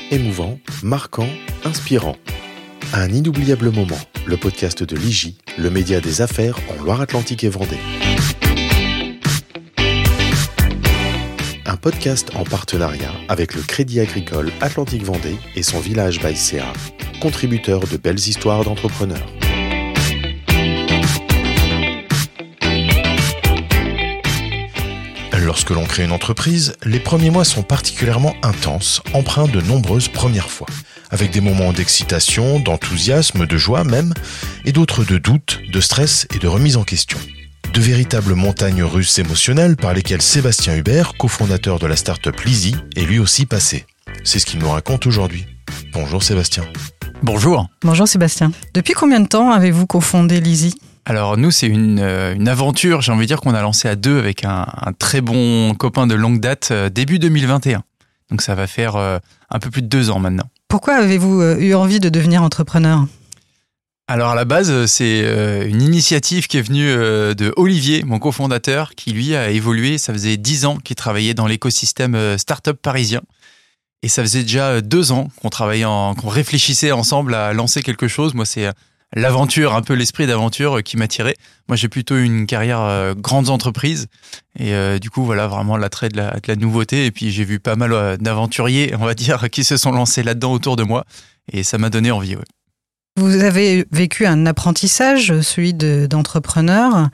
émouvant, marquant, inspirant. Un inoubliable moment, le podcast de l'IGI, le média des affaires en Loire-Atlantique et Vendée. Un podcast en partenariat avec le Crédit Agricole Atlantique Vendée et son village by CA, contributeur de belles histoires d'entrepreneurs. Lorsque l'on crée une entreprise, les premiers mois sont particulièrement intenses, empreints de nombreuses premières fois, avec des moments d'excitation, d'enthousiasme, de joie même, et d'autres de doute, de stress et de remise en question. De véritables montagnes russes émotionnelles par lesquelles Sébastien Hubert, cofondateur de la start-up Lizzy, est lui aussi passé. C'est ce qu'il nous raconte aujourd'hui. Bonjour Sébastien. Bonjour. Bonjour Sébastien. Depuis combien de temps avez-vous cofondé Lizzy ? Alors nous, c'est une aventure, j'ai envie de dire, qu'on a lancée à deux avec un très bon copain de longue date, début 2021. Donc ça va faire un peu plus de 2 ans maintenant. Pourquoi avez-vous eu envie de devenir entrepreneur ? Alors à la base, c'est une initiative qui est venue de Olivier, mon cofondateur, qui lui a évolué. Ça faisait 10 ans qu'il travaillait dans l'écosystème start-up parisien. Et ça faisait déjà 2 ans qu'on réfléchissait ensemble à lancer quelque chose. Moi, c'est l'aventure, un peu l'esprit d'aventure qui m'attirait. Moi, j'ai plutôt une carrière grandes entreprises. Et du coup, voilà, vraiment l'attrait de la nouveauté. Et puis, j'ai vu pas mal d'aventuriers, on va dire, qui se sont lancés là-dedans autour de moi. Et ça m'a donné envie, ouais. Vous avez vécu un apprentissage, celui d'entrepreneur,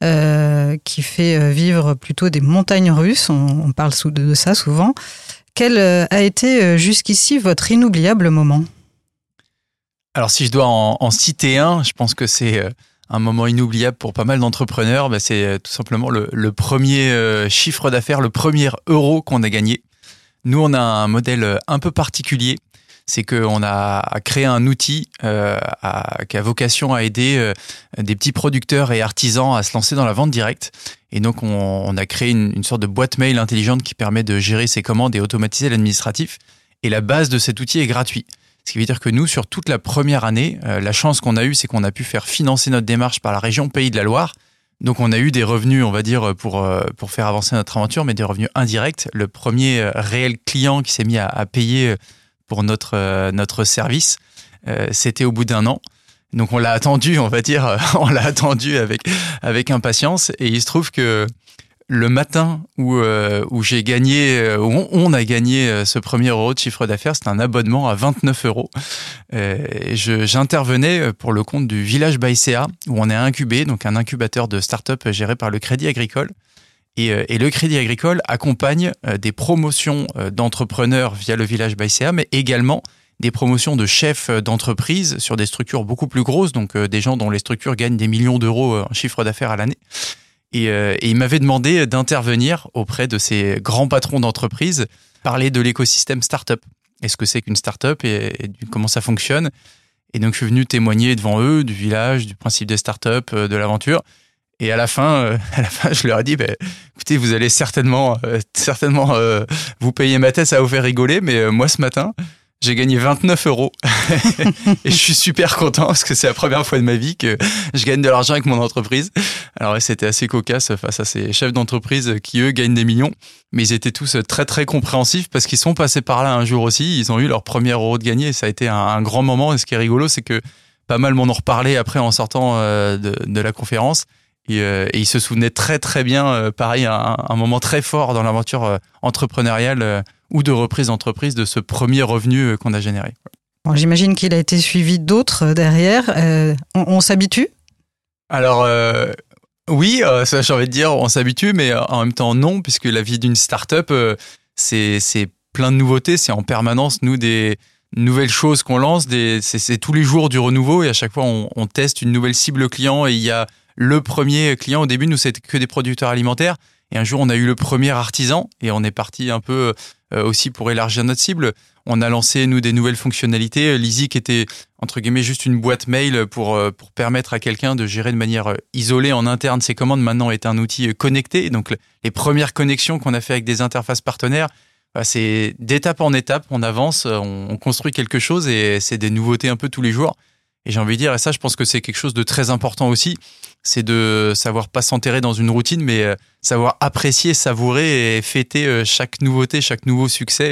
qui fait vivre plutôt des montagnes russes. On parle de ça souvent. Quel a été jusqu'ici votre inoubliable moment ? Alors, si je dois en citer un, je pense que c'est un moment inoubliable pour pas mal d'entrepreneurs. C'est tout simplement le premier chiffre d'affaires, le premier euro qu'on a gagné. Nous, on a un modèle un peu particulier. C'est qu'on a créé un outil qui a vocation à aider des petits producteurs et artisans à se lancer dans la vente directe. Et donc, on a créé une sorte de boîte mail intelligente qui permet de gérer ses commandes et automatiser l'administratif. Et la base de cet outil est gratuit. Ce qui veut dire que nous, sur toute la première année, la chance qu'on a eue, c'est qu'on a pu faire financer notre démarche par la région Pays de la Loire. Donc, on a eu des revenus, on va dire, pour faire avancer notre aventure, mais des revenus indirects. Le premier réel client qui s'est mis à payer pour notre service, c'était au bout d'1 an. Donc, on l'a attendu, on va dire, on l'a attendu avec impatience. Et il se trouve que le matin où j'ai gagné, où on a gagné ce premier euro de chiffre d'affaires, c'était un abonnement à 29 €. J'intervenais pour le compte du village by CA, où on est incubé, donc un incubateur de start-up géré par le Crédit Agricole. Et le Crédit Agricole accompagne des promotions d'entrepreneurs via le village by CA, mais également des promotions de chefs d'entreprise sur des structures beaucoup plus grosses, donc des gens dont les structures gagnent des millions d'euros en chiffre d'affaires à l'année. Et il m'avait demandé d'intervenir auprès de ces grands patrons d'entreprise, parler de l'écosystème start-up. Est-ce que c'est qu'une start-up et comment ça fonctionne ? Et donc, je suis venu témoigner devant eux du village, du principe des start-up, de l'aventure. Et à la fin, je leur ai dit, écoutez, vous allez certainement vous payer ma thèse, ça va vous faire rigoler, mais moi, ce matin, j'ai gagné 29 €. Et je suis super content parce que c'est la première fois de ma vie que je gagne de l'argent avec mon entreprise. Alors, c'était assez cocasse face à ces chefs d'entreprise qui, eux, gagnent des millions. Mais ils étaient tous très, très compréhensifs parce qu'ils sont passés par là un jour aussi. Ils ont eu leur premier euro de gagné et ça a été un grand moment. Et ce qui est rigolo, c'est que pas mal m'en ont reparlé après en sortant de la conférence. Et ils se souvenaient très, très bien, pareil, un moment très fort dans l'aventure entrepreneuriale ou de reprise d'entreprise de ce premier revenu qu'on a généré. Bon, j'imagine qu'il a été suivi d'autres derrière. On s'habitue ? Alors, oui, ça, j'ai envie de dire, on s'habitue, mais en même temps, non, puisque la vie d'une start-up, c'est plein de nouveautés. C'est en permanence, nous, des nouvelles choses qu'on lance. C'est tous les jours du renouveau et à chaque fois, on teste une nouvelle cible client et il y a le premier client. Au début, nous, c'était que des producteurs alimentaires. Et un jour, on a eu le premier artisan et on est parti un peu aussi pour élargir notre cible. On a lancé, nous, des nouvelles fonctionnalités. Lizzy, qui était, entre guillemets, juste une boîte mail pour permettre à quelqu'un de gérer de manière isolée en interne ses commandes, maintenant est un outil connecté. Donc, les premières connexions qu'on a fait avec des interfaces partenaires, c'est d'étape en étape, on avance, on construit quelque chose et c'est des nouveautés un peu tous les jours. Et j'ai envie de dire, et ça, je pense que c'est quelque chose de très important aussi, c'est de savoir pas s'enterrer dans une routine, mais savoir apprécier, savourer et fêter chaque nouveauté, chaque nouveau succès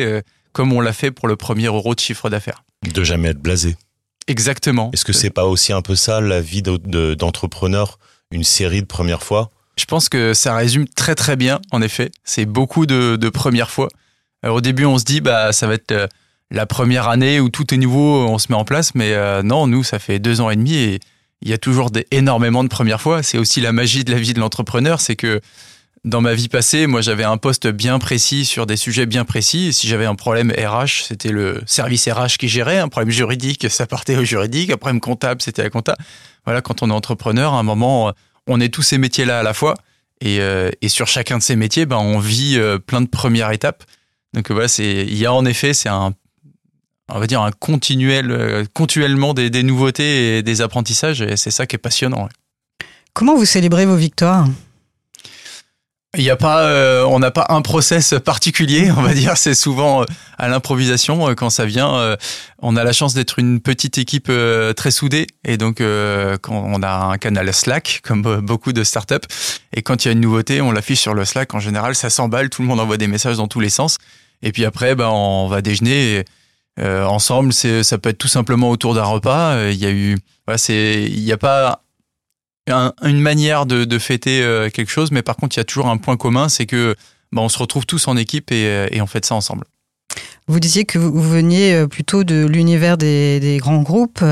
comme on l'a fait pour le premier euro de chiffre d'affaires. De jamais être blasé. Exactement. Est-ce que c'est pas aussi un peu ça, la vie d'entrepreneur, une série de premières fois ? Je pense que ça résume très très bien, en effet. C'est beaucoup de premières fois. Alors, au début, on se dit, ça va être la première année où tout est nouveau, on se met en place. Mais non, nous, ça fait 2 ans et demi et il y a toujours énormément de premières fois. C'est aussi la magie de la vie de l'entrepreneur, c'est que dans ma vie passée, moi, j'avais un poste bien précis sur des sujets bien précis. Et si j'avais un problème RH, c'était le service RH qui gérait. Un problème juridique, ça partait au juridique. Un problème comptable, c'était la compta. Voilà, quand on est entrepreneur, à un moment, on est tous ces métiers-là à la fois. Et sur chacun de ces métiers, on vit plein de premières étapes. Donc voilà, il y a en effet, c'est on va dire un continuellement des nouveautés et des apprentissages. Et c'est ça qui est passionnant. Ouais. Comment vous célébrez vos victoires ? Il y a pas, on n'a pas un process particulier, on va dire. C'est souvent à l'improvisation quand ça vient. On a la chance d'être une petite équipe très soudée, et donc quand on a un canal Slack, comme beaucoup de startups, et quand il y a une nouveauté, on l'affiche sur le Slack. En général, ça s'emballe, tout le monde envoie des messages dans tous les sens, et puis après, on va déjeuner ensemble. Ça peut être tout simplement autour d'un repas. Il y a pas une manière de fêter quelque chose, mais par contre, il y a toujours un point commun, c'est que on se retrouve tous en équipe et on fait ça ensemble. Vous disiez que vous veniez plutôt de l'univers des grands groupes.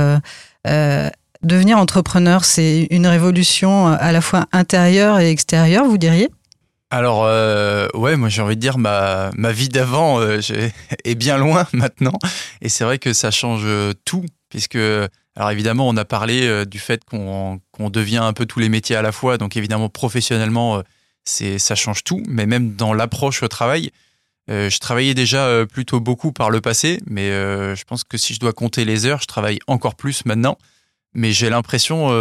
Devenir entrepreneur, c'est une révolution à la fois intérieure et extérieure, vous diriez ? Alors, ouais, moi j'ai envie de dire, ma vie d'avant est bien loin maintenant, et c'est vrai que ça change tout, puisque... Alors évidemment, on a parlé du fait qu'on devient un peu tous les métiers à la fois. Donc évidemment, professionnellement, ça change tout. Mais même dans l'approche au travail, je travaillais déjà plutôt beaucoup par le passé. Mais je pense que si je dois compter les heures, je travaille encore plus maintenant. Mais j'ai l'impression,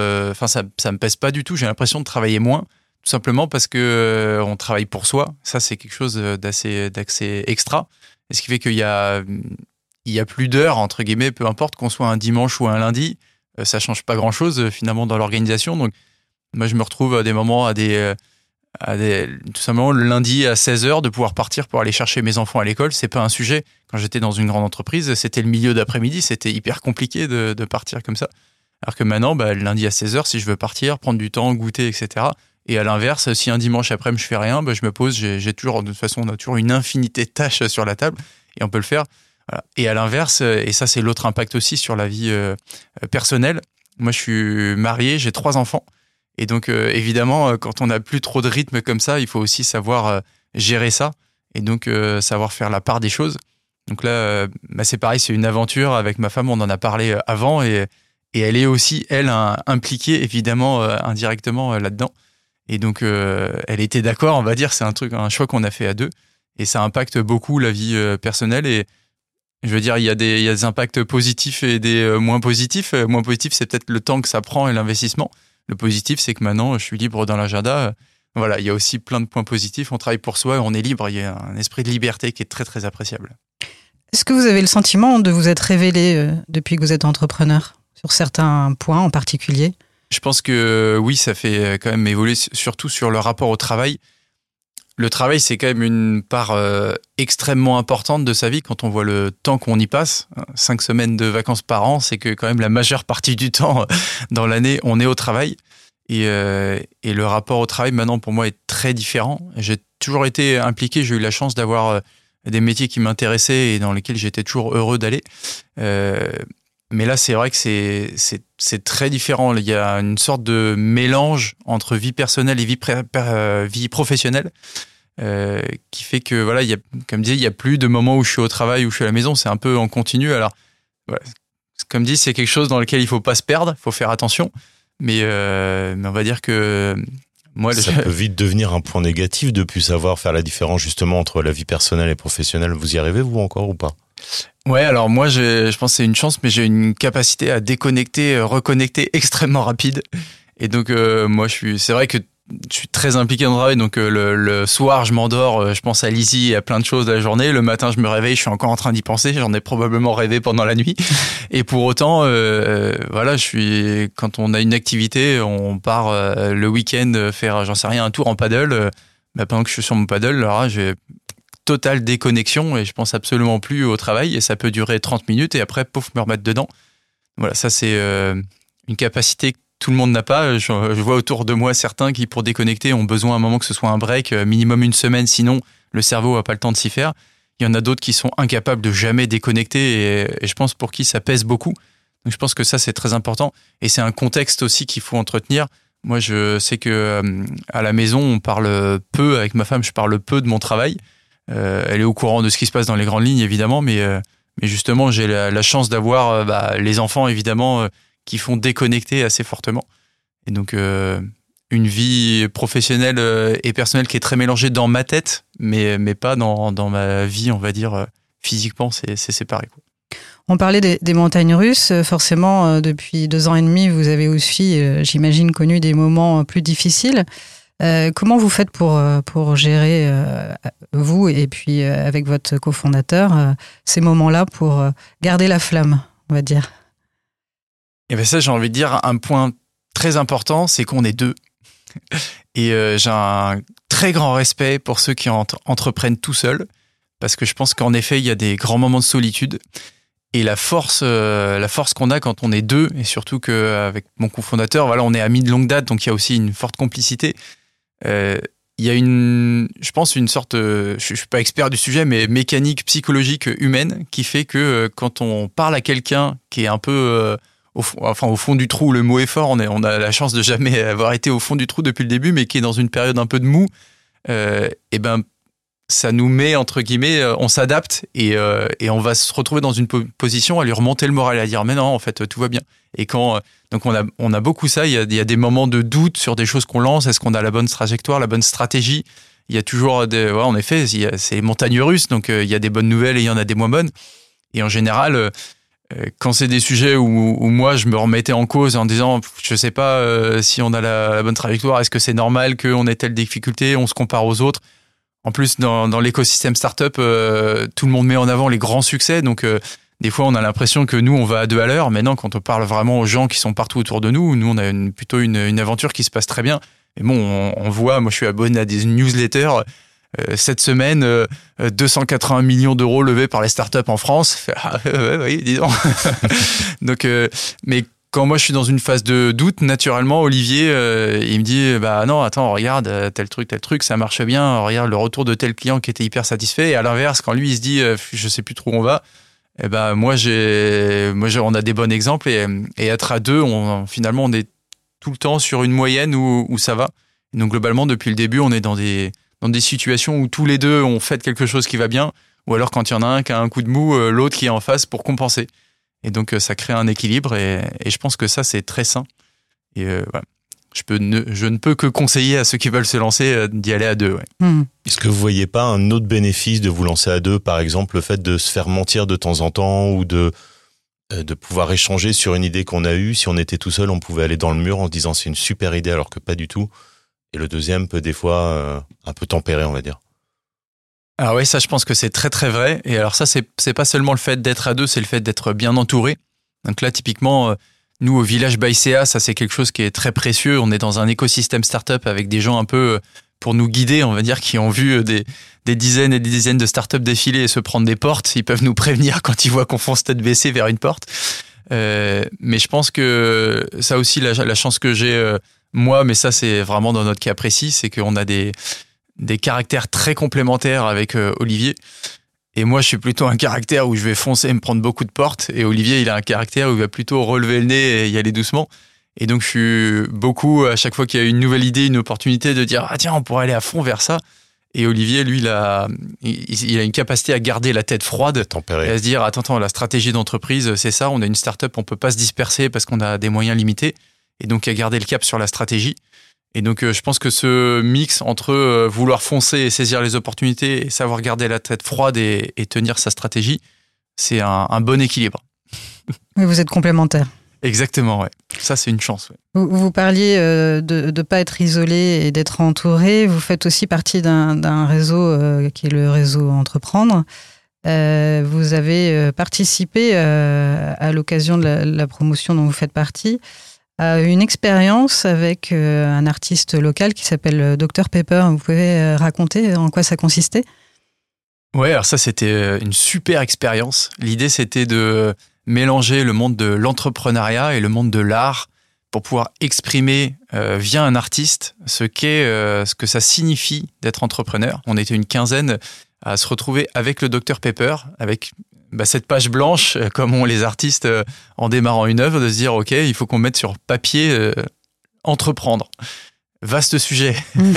ça me pèse pas du tout. J'ai l'impression de travailler moins, tout simplement parce que on travaille pour soi. Ça, c'est quelque chose d'assez extra. Et ce qui fait qu'il y a plus d'heures, entre guillemets, peu importe qu'on soit un dimanche ou un lundi, ça change pas grand-chose finalement dans l'organisation. Donc moi, je me retrouve à des moments, tout simplement le lundi à 16h, de pouvoir partir pour aller chercher mes enfants à l'école. C'est pas un sujet. Quand j'étais dans une grande entreprise, c'était le milieu d'après-midi, c'était hyper compliqué de partir comme ça. Alors que maintenant, le lundi à 16h, si je veux partir, prendre du temps, goûter, etc. Et à l'inverse, si un dimanche après je fais rien, je me pose, j'ai toujours, de toute façon, on a toujours une infinité de tâches sur la table et on peut le faire. Voilà. Et à l'inverse, et ça c'est l'autre impact aussi sur la vie personnelle, moi je suis marié, j'ai 3 enfants, et donc évidemment quand on n'a plus trop de rythme comme ça, il faut aussi savoir gérer ça, et donc savoir faire la part des choses. Donc là c'est pareil, c'est une aventure avec ma femme, on en a parlé avant, et elle est aussi, elle, impliquée évidemment indirectement là-dedans, et donc elle était d'accord, on va dire, c'est un choix qu'on a fait à deux, et ça impacte beaucoup la vie personnelle. Et je veux dire, il y a des impacts positifs et des moins positifs. Moins positif, c'est peut-être le temps que ça prend et l'investissement. Le positif, c'est que maintenant, je suis libre dans l'agenda. Voilà, il y a aussi plein de points positifs. On travaille pour soi et on est libre. Il y a un esprit de liberté qui est très, très appréciable. Est-ce que vous avez le sentiment de vous être révélé depuis que vous êtes entrepreneur, sur certains points en particulier ? Je pense que oui, ça fait quand même évoluer, surtout sur le rapport au travail. Le travail, c'est quand même une part extrêmement importante de sa vie quand on voit le temps qu'on y passe. 5 semaines de vacances par an, c'est que quand même la majeure partie du temps dans l'année, on est au travail. Et le rapport au travail, maintenant, pour moi, est très différent. J'ai toujours été impliqué, j'ai eu la chance d'avoir des métiers qui m'intéressaient et dans lesquels j'étais toujours heureux d'aller. Mais là, c'est vrai que c'est très différent. Il y a une sorte de mélange entre vie personnelle et vie professionnelle qui fait que, voilà, comme je disais, il n'y a plus de moments où je suis au travail, où je suis à la maison. C'est un peu en continu. Alors, voilà, comme dit, c'est quelque chose dans lequel il ne faut pas se perdre, il faut faire attention. Mais on va dire que... moi, ça peut vite devenir un point négatif de plus savoir faire la différence justement entre la vie personnelle et professionnelle. Vous y arrivez, vous, encore, ou pas ? Ouais, alors moi, je pense que c'est une chance, mais j'ai une capacité à déconnecter, reconnecter extrêmement rapide. Et donc, moi, c'est vrai que je suis très impliqué dans le travail. Donc, le soir, je m'endors, je pense à Lizzie et à plein de choses de la journée. Le matin, je me réveille, je suis encore en train d'y penser. J'en ai probablement rêvé pendant la nuit. Et pour autant, voilà, quand on a une activité, on part le week-end faire, j'en sais rien, un tour en paddle. Pendant que je suis sur mon paddle, alors là, j'ai totale déconnexion et je pense absolument plus au travail et ça peut durer 30 minutes et après, pouf, me remettre dedans. Voilà, ça c'est une capacité que tout le monde n'a pas. Je vois autour de moi certains qui, pour déconnecter, ont besoin à un moment que ce soit un break, minimum une semaine, sinon le cerveau n'a pas le temps de s'y faire. Il y en a d'autres qui sont incapables de jamais déconnecter et je pense pour qui ça pèse beaucoup. Donc je pense que ça c'est très important et c'est un contexte aussi qu'il faut entretenir. Moi je sais que à la maison on parle peu, avec ma femme je parle peu de mon travail. Elle est au courant de ce qui se passe dans les grandes lignes évidemment, mais justement j'ai la chance d'avoir les enfants évidemment qui font déconnecter assez fortement. Et donc une vie professionnelle et personnelle qui est très mélangée dans ma tête, mais pas dans ma vie, on va dire, physiquement, c'est séparé, quoi. On parlait des montagnes russes. Forcément, depuis 2 ans et demi, vous avez aussi, j'imagine, connu des moments plus difficiles. Comment vous faites pour gérer, vous et puis avec votre cofondateur, ces moments-là pour garder la flamme, on va dire? Et bien ça, j'ai envie de dire, un point très important, c'est qu'on est 2. Et j'ai un très grand respect pour ceux qui entreprennent tout seuls, parce que je pense qu'en effet, il y a des grands moments de solitude. Et la force qu'on a quand on est 2, et surtout qu'avec mon cofondateur, voilà, on est amis de longue date, donc il y a aussi une forte complicité. Il y a je pense, une sorte, je suis pas expert du sujet, mais mécanique psychologique humaine qui fait que quand on parle à quelqu'un qui est un peu au fond du trou, le mot est fort, on a la chance de jamais avoir été au fond du trou depuis le début, mais qui est dans une période un peu de mou, et ben ça nous met, entre guillemets, on s'adapte et on va se retrouver dans une position à lui remonter le moral et à dire mais non, en fait, tout va bien. Et donc on a beaucoup ça, il y a des moments de doute sur des choses qu'on lance, est-ce qu'on a la bonne trajectoire, la bonne stratégie? Il y a toujours en effet, c'est les montagnes russes, donc il y a des bonnes nouvelles et il y en a des moins bonnes. Et en général, quand c'est des sujets où moi je me remettais en cause en disant je sais pas si on a la bonne trajectoire, est-ce que c'est normal qu'on ait telle difficulté, on se compare aux autres. En plus, dans l'écosystème startup, tout le monde met en avant les grands succès. Donc, des fois, on a l'impression que nous, on va à 2 à l'heure. Mais non, quand on parle vraiment aux gens qui sont partout autour de nous, nous, on a plutôt une aventure qui se passe très bien. Et bon, on voit, moi, je suis abonné à des newsletters. Cette semaine, 280 millions d'euros levés par les startups en France. Oui, dis donc. Donc, mais quand moi je suis dans une phase de doute, naturellement, Olivier, il me dit non, attends, regarde, tel truc, ça marche bien. Regarde le retour de tel client qui était hyper satisfait. Et à l'inverse, quand lui il se dit je sais plus trop où on va, moi on a des bons exemples et être à 2, finalement on est tout le temps sur une moyenne où ça va. Et donc globalement, depuis le début, on est dans des situations où tous les deux on fait quelque chose qui va bien, ou alors quand il y en a un qui a un coup de mou, l'autre qui est en face pour compenser. Et donc, ça crée un équilibre et je pense que ça, c'est très sain. Et voilà. Je ne peux que conseiller à ceux qui veulent se lancer d'y aller à 2. Ouais. Est-ce que vous voyez pas un autre bénéfice de vous lancer à 2, par exemple, le fait de se faire mentir de temps en temps ou de pouvoir échanger sur une idée qu'on a eue? Si on était tout seul, on pouvait aller dans le mur en se disant c'est une super idée alors que pas du tout. Et le deuxième peut des fois un peu tempérer, on va dire. Alors oui, ça je pense que c'est très très vrai. Et alors ça c'est pas seulement le fait d'être à 2, c'est le fait d'être bien entouré. Donc là typiquement, nous au Village by CA, ça c'est quelque chose qui est très précieux. On est dans un écosystème startup avec des gens un peu pour nous guider, on va dire, qui ont vu des dizaines et des dizaines de startups défiler et se prendre des portes. Ils peuvent nous prévenir quand ils voient qu'on fonce tête baissée vers une porte. Mais je pense que ça aussi, la chance que j'ai moi, mais ça c'est vraiment dans notre cas précis, c'est qu'on a des caractères très complémentaires avec Olivier. Et moi, je suis plutôt un caractère où je vais foncer et me prendre beaucoup de portes. Et Olivier, il a un caractère où il va plutôt relever le nez et y aller doucement. Et donc, je suis beaucoup, à chaque fois qu'il y a une nouvelle idée, une opportunité, de dire « Ah tiens, on pourrait aller à fond vers ça ». Et Olivier, lui, il a une capacité à garder la tête froide, tempéré, et à se dire « Attends, la stratégie d'entreprise, c'est ça. On a une start-up, on peut pas se disperser parce qu'on a des moyens limités. » Et donc, à garder le cap sur la stratégie. Et donc, je pense que ce mix entre vouloir foncer et saisir les opportunités et savoir garder la tête froide et tenir sa stratégie, c'est un bon équilibre. Oui, vous êtes complémentaires. Exactement, ouais. Ça, c'est une chance. Ouais. Vous parliez de ne pas être isolé et d'être entouré. Vous faites aussi partie d'un réseau qui est le réseau Entreprendre. Vous avez participé à l'occasion de la promotion dont vous faites partie à une expérience avec un artiste local qui s'appelle Dr Pepper. Vous pouvez raconter en quoi ça consistait ? Ouais, alors ça, c'était une super expérience. L'idée, c'était de mélanger le monde de l'entrepreneuriat et le monde de l'art pour pouvoir exprimer via un artiste ce que ça signifie d'être entrepreneur. On était une quinzaine à se retrouver avec le Dr Pepper, avec cette page blanche, comme ont les artistes en démarrant une œuvre, de se dire, OK, il faut qu'on mette sur papier entreprendre. Vaste sujet.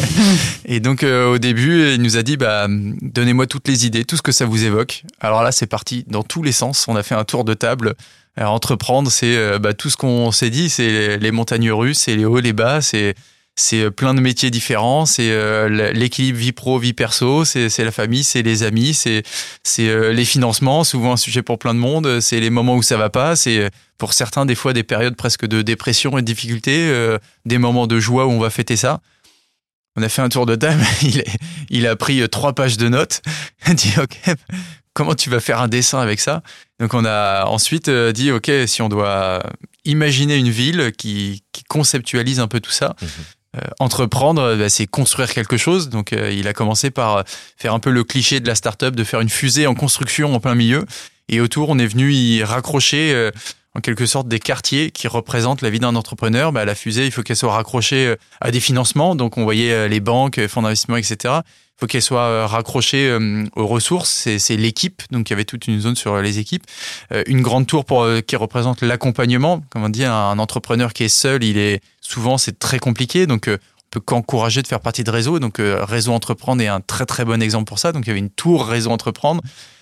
Et donc, au début, il nous a dit, donnez-moi toutes les idées, tout ce que ça vous évoque. Alors là, c'est parti dans tous les sens. On a fait un tour de table. Alors, entreprendre, c'est tout ce qu'on s'est dit. C'est les montagnes russes, c'est les hauts, les bas, c'est plein de métiers différents. C'est l'équilibre vie pro, vie perso. C'est la famille, c'est les amis, c'est les financements, souvent un sujet pour plein de monde. C'est les moments où ça va pas. C'est pour certains, des fois, des périodes presque de dépression et de difficulté, des moments de joie où on va fêter ça. On a fait un tour de table, il a pris 3 pages de notes, il a dit « Ok, comment tu vas faire un dessin avec ça ?» Donc on a ensuite dit « Ok, si on doit imaginer une ville qui conceptualise un peu tout ça, entreprendre, c'est construire quelque chose. » Donc il a commencé par faire un peu le cliché de la start-up, de faire une fusée en construction en plein milieu. Et autour, on est venu y raccrocher en quelque sorte des quartiers qui représentent la vie d'un entrepreneur. La fusée, il faut qu'elle soit raccrochée à des financements. Donc on voyait les banques, fonds d'investissement, etc. Il faut qu'elle soit raccrochée aux ressources. C'est l'équipe. Donc il y avait toute une zone sur les équipes. Une grande tour qui représente l'accompagnement. Comme on dit, un entrepreneur qui est seul, souvent c'est très compliqué. Donc on peut qu'encourager de faire partie de réseau. Donc Réseau Entreprendre est un très très bon exemple pour ça. Donc il y avait une tour Réseau Entreprendre.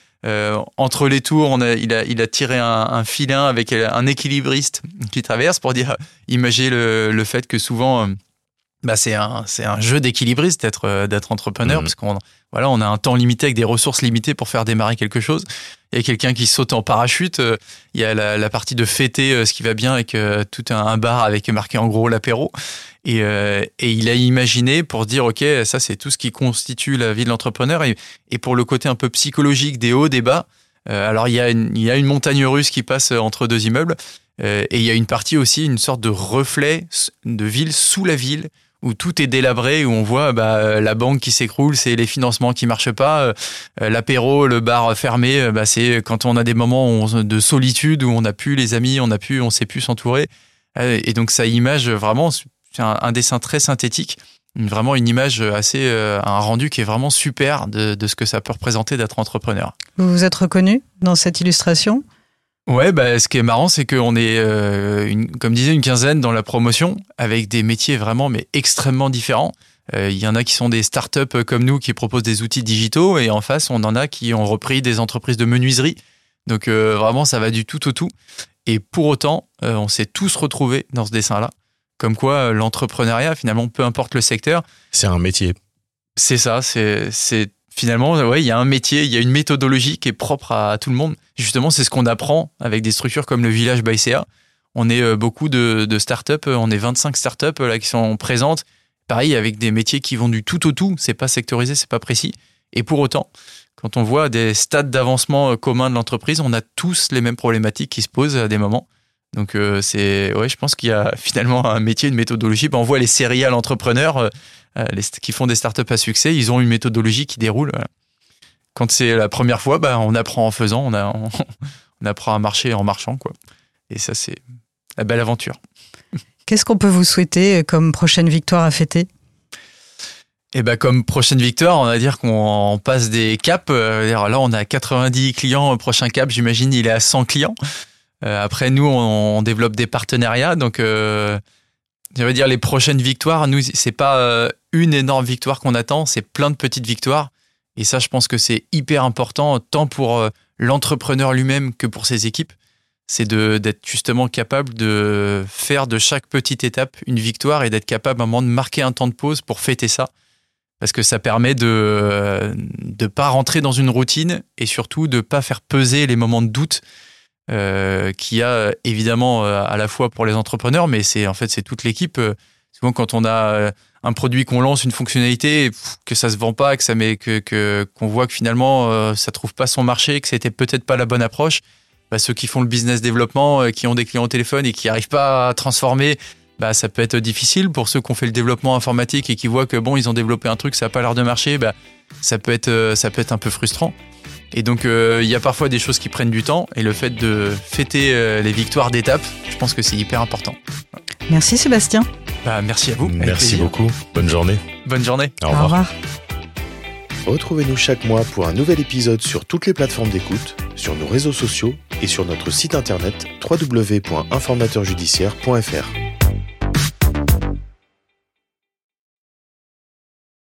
Entre les tours, il a tiré un filin avec un équilibriste qui traverse pour dire, imager le fait que souvent, c'est un jeu d'équilibriste d'être entrepreneur, parce qu'on a un temps limité avec des ressources limitées pour faire démarrer quelque chose. Il y a quelqu'un qui saute en parachute. Il y a la partie de fêter ce qui va bien avec tout un bar avec marqué en gros l'apéro. Et il a imaginé pour dire, OK, ça c'est tout ce qui constitue la vie de l'entrepreneur. Et pour le côté un peu psychologique des hauts, des bas, alors il y a une montagne russe qui passe entre 2 immeubles. Et il y a une partie aussi, une sorte de reflet de ville sous la ville, où tout est délabré, où on voit la banque qui s'écroule, c'est les financements qui marchent pas, l'apéro, le bar fermé, c'est quand on a des moments de solitude, où on n'a plus les amis, on sait plus s'entourer. Et donc ça image vraiment... C'est un dessin très synthétique, vraiment une image un rendu qui est vraiment super de ce que ça peut représenter d'être entrepreneur. Vous vous êtes reconnu dans cette illustration ? Ouais, ce qui est marrant, c'est qu'on est, comme disait, une quinzaine dans la promotion, avec des métiers vraiment extrêmement différents. Il y en a qui sont des startups comme nous qui proposent des outils digitaux, et en face, on en a qui ont repris des entreprises de menuiserie. Donc vraiment, ça va du tout au tout. Et pour autant, on s'est tous retrouvés dans ce dessin-là. Comme quoi, l'entrepreneuriat, finalement, peu importe le secteur. C'est un métier. C'est ça. C'est finalement, il y a un métier, il y a une méthodologie qui est propre à tout le monde. Justement, c'est ce qu'on apprend avec des structures comme le Village by CA. On est beaucoup de startups. On est 25 startups là, qui sont présentes. Pareil, avec des métiers qui vont du tout au tout. C'est pas sectorisé, c'est pas précis. Et pour autant, quand on voit des stades d'avancement communs de l'entreprise, on a tous les mêmes problématiques qui se posent à des moments. Donc je pense qu'il y a finalement un métier, une méthodologie. On voit les serial entrepreneurs qui font des startups à succès, ils ont une méthodologie qui déroule. Quand c'est la première fois, on apprend en faisant, on apprend à marcher en marchant, quoi. Et ça, c'est la belle aventure. Qu'est-ce qu'on peut vous souhaiter comme prochaine victoire à fêter ? Comme prochaine victoire, on va dire qu'on passe des caps. Là, on a 90 clients. Prochain cap, j'imagine, il est à 100 clients. Après, nous, on développe des partenariats. Donc, je veux dire, les prochaines victoires, nous, c'est pas une énorme victoire qu'on attend, c'est plein de petites victoires. Et ça, je pense que c'est hyper important, tant pour l'entrepreneur lui-même que pour ses équipes. C'est d'être justement capable de faire de chaque petite étape une victoire et d'être capable à un moment de marquer un temps de pause pour fêter ça. Parce que ça permet de ne pas rentrer dans une routine et surtout de ne pas faire peser les moments de doute qu'il y a évidemment à la fois pour les entrepreneurs, mais c'est toute l'équipe. Souvent, quand on a un produit qu'on lance, une fonctionnalité, que ça se vend pas, qu'on voit que finalement ça trouve pas son marché, que c'était peut-être pas la bonne approche, ceux qui font le business développement, qui ont des clients au téléphone et qui n'arrivent pas à transformer, ça peut être difficile pour ceux qui ont fait le développement informatique et qui voient que ils ont développé un truc, ça n'a pas l'air de marcher, ça peut être un peu frustrant. Et donc il y a parfois des choses qui prennent du temps, et le fait de fêter les victoires d'étape, je pense que c'est hyper important. Merci Sébastien. Merci à vous. Merci beaucoup. Bonne journée. Bonne journée. Au revoir. Retrouvez-nous chaque mois pour un nouvel épisode sur toutes les plateformes d'écoute, sur nos réseaux sociaux et sur notre site internet www.informateurjudiciaire.fr.